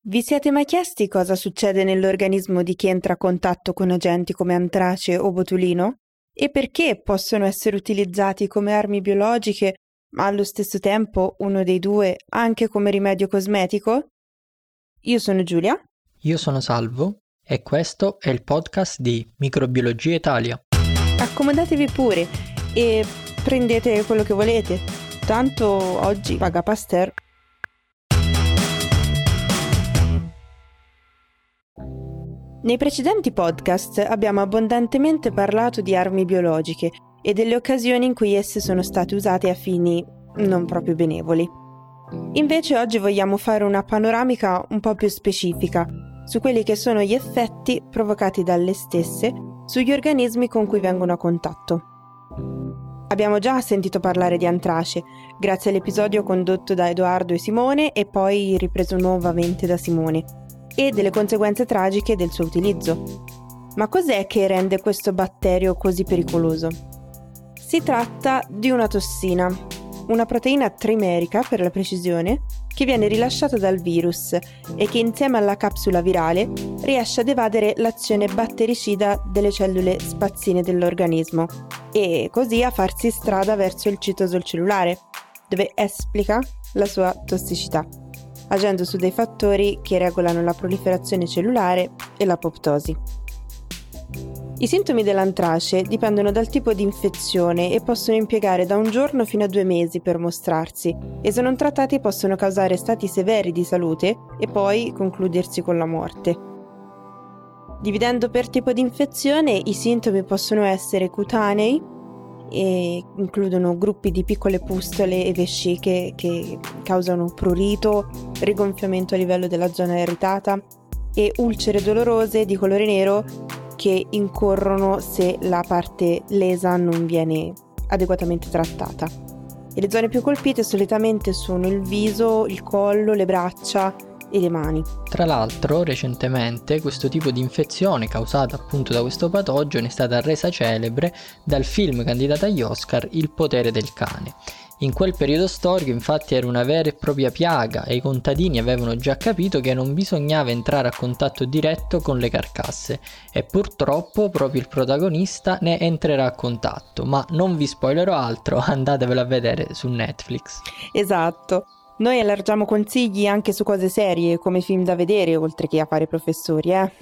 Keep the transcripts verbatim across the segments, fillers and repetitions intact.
Vi siete mai chiesti cosa succede nell'organismo di chi entra a contatto con agenti come antrace o botulino? E perché possono essere utilizzati come armi biologiche, ma allo stesso tempo uno dei due anche come rimedio cosmetico? Io sono Giulia. Io sono Salvo e questo è il podcast di Microbiologia Italia. Accomodatevi pure e prendete quello che volete, tanto oggi paga Pasteur. Nei precedenti podcast abbiamo abbondantemente parlato di armi biologiche e delle occasioni in cui esse sono state usate a fini non proprio benevoli. Invece oggi vogliamo fare una panoramica un po' più specifica su quelli che sono gli effetti provocati dalle stesse sugli organismi con cui vengono a contatto. Abbiamo già sentito parlare di antrace, grazie all'episodio condotto da Edoardo e Simone e poi ripreso nuovamente da Simone, e delle conseguenze tragiche del suo utilizzo. Ma cos'è che rende questo batterio così pericoloso? Si tratta di una tossina, una proteina trimerica per la precisione, che viene rilasciata dal virus e che insieme alla capsula virale riesce ad evadere l'azione battericida delle cellule spazzine dell'organismo e così a farsi strada verso il citosol cellulare, dove esplica la sua tossicità, agendo su dei fattori che regolano la proliferazione cellulare e l'apoptosi. I sintomi dell'antrace dipendono dal tipo di infezione e possono impiegare da un giorno fino a due mesi per mostrarsi e se non trattati possono causare stati severi di salute e poi concludersi con la morte. Dividendo per tipo di infezione, i sintomi possono essere cutanei e includono gruppi di piccole pustole e vesciche che causano prurito, rigonfiamento a livello della zona irritata e ulcere dolorose di colore nero che incorrono se la parte lesa non viene adeguatamente trattata. E le zone più colpite solitamente sono il viso, il collo, le braccia e le mani. Tra l'altro, recentemente questo tipo di infezione causata appunto da questo patogeno è stata resa celebre dal film candidato agli Oscar Il potere del cane. In quel periodo storico infatti era una vera e propria piaga e i contadini avevano già capito che non bisognava entrare a contatto diretto con le carcasse e purtroppo proprio il protagonista ne entrerà a contatto, ma non vi spoilerò altro, andatevelo a vedere su Netflix. Esatto. Noi allargiamo consigli anche su cose serie, come film da vedere, oltre che a fare professori, eh?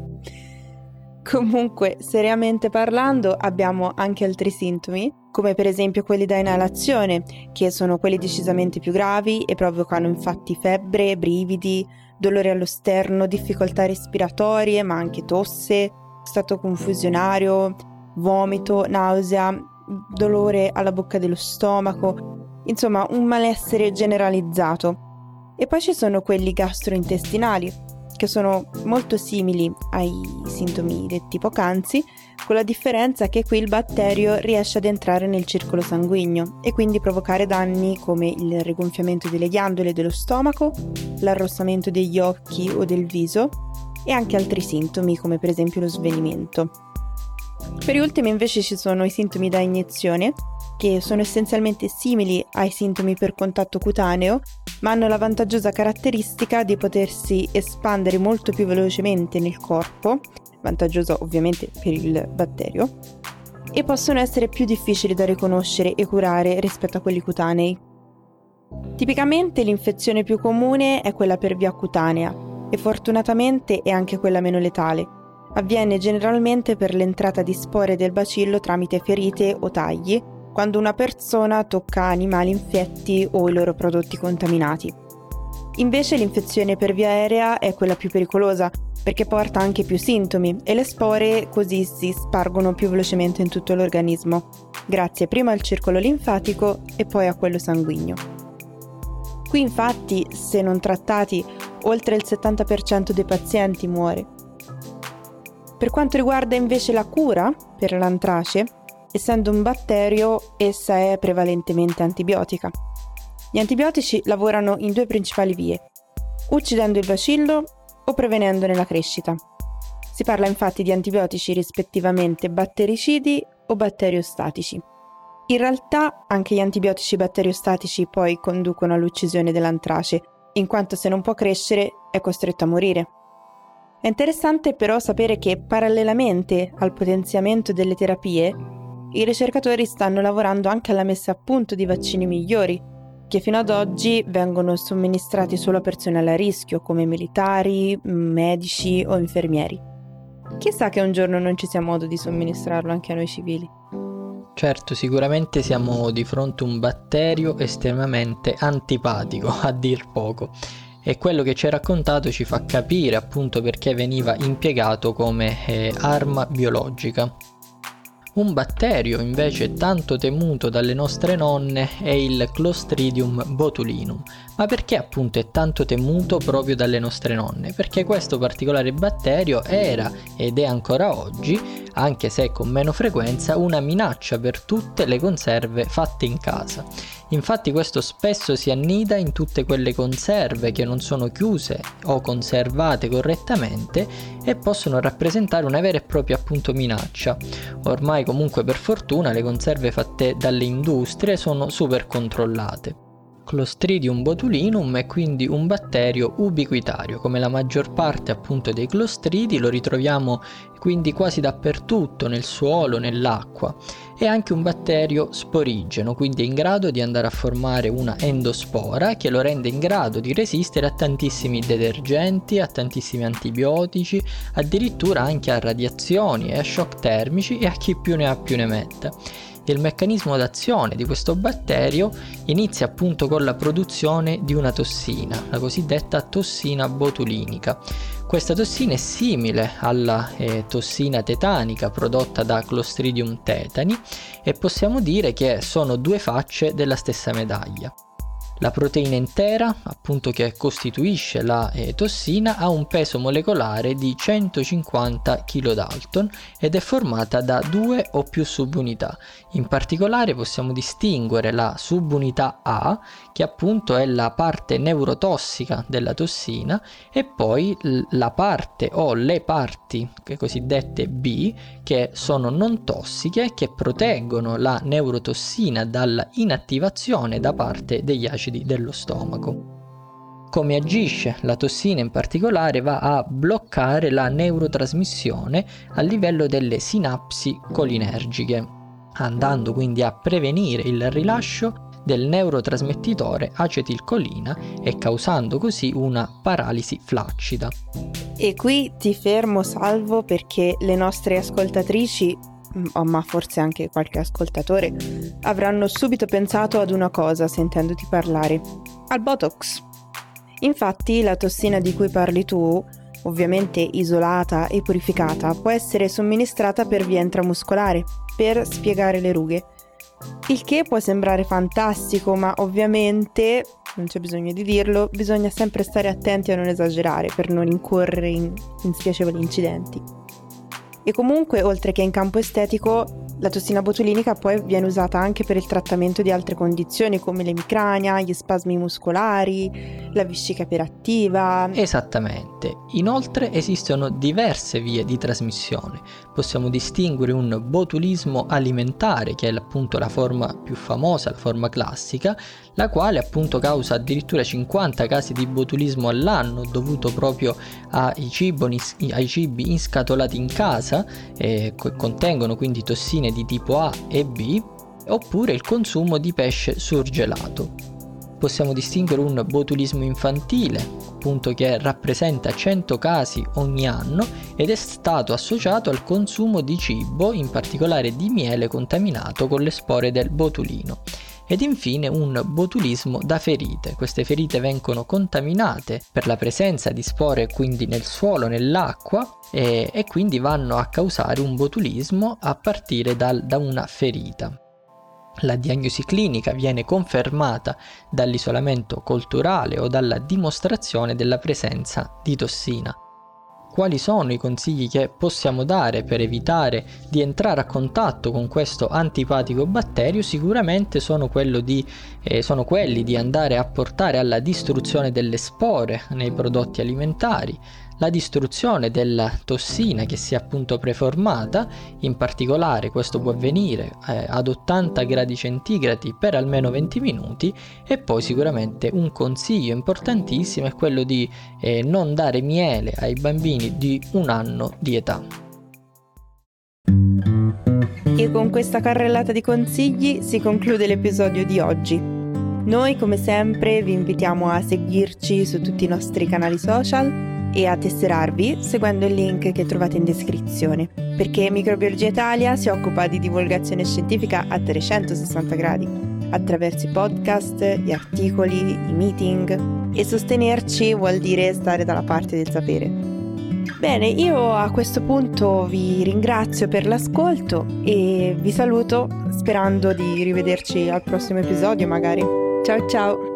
Comunque, seriamente parlando, abbiamo anche altri sintomi, come per esempio quelli da inalazione, che sono quelli decisamente più gravi e provocano infatti febbre, brividi, dolore allo sterno, difficoltà respiratorie, ma anche tosse, stato confusionario, vomito, nausea, dolore alla bocca dello stomaco, insomma un malessere generalizzato. E poi ci sono quelli gastrointestinali, che sono molto simili ai sintomi detti poc'anzi, con la differenza che qui il batterio riesce ad entrare nel circolo sanguigno e quindi provocare danni come il rigonfiamento delle ghiandole dello stomaco, l'arrossamento degli occhi o del viso e anche altri sintomi come per esempio lo svenimento. Per gli ultimi invece ci sono i sintomi da iniezione, che sono essenzialmente simili ai sintomi per contatto cutaneo, ma hanno la vantaggiosa caratteristica di potersi espandere molto più velocemente nel corpo, vantaggioso ovviamente per il batterio, e possono essere più difficili da riconoscere e curare rispetto a quelli cutanei. Tipicamente l'infezione più comune è quella per via cutanea e fortunatamente è anche quella meno letale. Avviene generalmente per l'entrata di spore del bacillo tramite ferite o tagli, quando una persona tocca animali infetti o i loro prodotti contaminati. Invece l'infezione per via aerea è quella più pericolosa perché porta anche più sintomi e le spore così si spargono più velocemente in tutto l'organismo, grazie prima al circolo linfatico e poi a quello sanguigno. Qui infatti, se non trattati, oltre il settanta per cento dei pazienti muore. Per quanto riguarda invece la cura per l'antrace, essendo un batterio, essa è prevalentemente antibiotica. Gli antibiotici lavorano in due principali vie, uccidendo il bacillo o prevenendone la crescita. Si parla infatti di antibiotici rispettivamente battericidi o batteriostatici. In realtà anche gli antibiotici batteriostatici poi conducono all'uccisione dell'antrace, in quanto se non può crescere è costretto a morire. È interessante però sapere che parallelamente al potenziamento delle terapie, i ricercatori stanno lavorando anche alla messa a punto di vaccini migliori, che fino ad oggi vengono somministrati solo a persone a rischio, come militari, medici o infermieri. Chissà che un giorno non ci sia modo di somministrarlo anche a noi civili. Certo, sicuramente siamo di fronte a un batterio estremamente antipatico, a dir poco, e quello che ci hai raccontato ci fa capire appunto perché veniva impiegato come eh, arma biologica. Un batterio invece tanto temuto dalle nostre nonne è il Clostridium botulinum. Ma perché appunto è tanto temuto proprio dalle nostre nonne? Perché questo particolare batterio era ed è ancora oggi, anche se con meno frequenza, una minaccia per tutte le conserve fatte in casa. Infatti questo spesso si annida in tutte quelle conserve che non sono chiuse o conservate correttamente e possono rappresentare una vera e propria appunto minaccia. Ormai comunque per fortuna le conserve fatte dalle industrie sono super controllate. Clostridium botulinum è quindi un batterio ubiquitario, come la maggior parte appunto dei clostridi lo ritroviamo quindi quasi dappertutto, nel suolo, nell'acqua. È anche un batterio sporigeno, quindi è in grado di andare a formare una endospora che lo rende in grado di resistere a tantissimi detergenti, a tantissimi antibiotici, addirittura anche a radiazioni e a shock termici e a chi più ne ha più ne metta. Il meccanismo d'azione di questo batterio inizia appunto con la produzione di una tossina, la cosiddetta tossina botulinica. Questa tossina è simile alla eh, tossina tetanica prodotta da Clostridium tetani e possiamo dire che sono due facce della stessa medaglia. La proteina intera, appunto che costituisce la eh, tossina, ha un peso molecolare di centocinquanta kilodalton ed è formata da due o più subunità. In particolare possiamo distinguere la subunità A, che appunto è la parte neurotossica della tossina, e poi l- la parte o le parti che cosiddette B, che sono non tossiche, che proteggono la neurotossina dalla inattivazione da parte degli acidi dello stomaco. Come agisce la tossina in particolare? Va a bloccare la neurotrasmissione a livello delle sinapsi colinergiche, andando quindi a prevenire il rilascio del neurotrasmettitore acetilcolina e causando così una paralisi flaccida. E qui ti fermo, Salvo, perché le nostre ascoltatrici, ma forse anche qualche ascoltatore, avranno subito pensato ad una cosa sentendoti parlare: al Botox. Infatti la tossina di cui parli tu, ovviamente isolata e purificata, può essere somministrata per via intramuscolare per spiegare le rughe. Il che può sembrare fantastico, ma ovviamente, non c'è bisogno di dirlo, bisogna sempre stare attenti a non esagerare per non incorrere in, in spiacevoli incidenti. E comunque, oltre che in campo estetico, la tossina botulinica poi viene usata anche per il trattamento di altre condizioni come l'emicrania, gli spasmi muscolari, la vescica iperattiva. Esattamente. Inoltre esistono diverse vie di trasmissione. Possiamo distinguere un botulismo alimentare, che è appunto la forma più famosa, la forma classica, la quale appunto causa addirittura cinquanta casi di botulismo all'anno dovuto proprio ai cibi, ai cibi inscatolati in casa, eh, che contengono quindi tossine di tipo A e B, oppure il consumo di pesce surgelato. Possiamo distinguere un botulismo infantile, appunto, che rappresenta cento casi ogni anno ed è stato associato al consumo di cibo, in particolare di miele contaminato con le spore del botulino. Ed infine un botulismo da ferite. Queste ferite vengono contaminate per la presenza di spore quindi nel suolo, nell'acqua, e, e quindi vanno a causare un botulismo a partire dal, da una ferita. La diagnosi clinica viene confermata dall'isolamento culturale o dalla dimostrazione della presenza di tossina. Quali sono i consigli che possiamo dare per evitare di entrare a contatto con questo antipatico batterio? Sicuramente sono, quello di, eh, sono quelli di andare a portare alla distruzione delle spore nei prodotti alimentari, la distruzione della tossina che si è appunto preformata. In particolare questo può avvenire eh, ad ottanta gradi centigradi per almeno venti minuti. E poi sicuramente un consiglio importantissimo è quello di eh, non dare miele ai bambini di un anno di età. E con questa carrellata di consigli si conclude l'episodio di oggi. Noi, come sempre, vi invitiamo a seguirci su tutti i nostri canali social e a tesserarvi seguendo il link che trovate in descrizione, perché Microbiologia Italia si occupa di divulgazione scientifica a trecentosessanta gradi, attraverso i podcast, gli articoli, i meeting, e sostenerci vuol dire stare dalla parte del sapere. Bene, io a questo punto vi ringrazio per l'ascolto e vi saluto sperando di rivederci al prossimo episodio magari. Ciao ciao!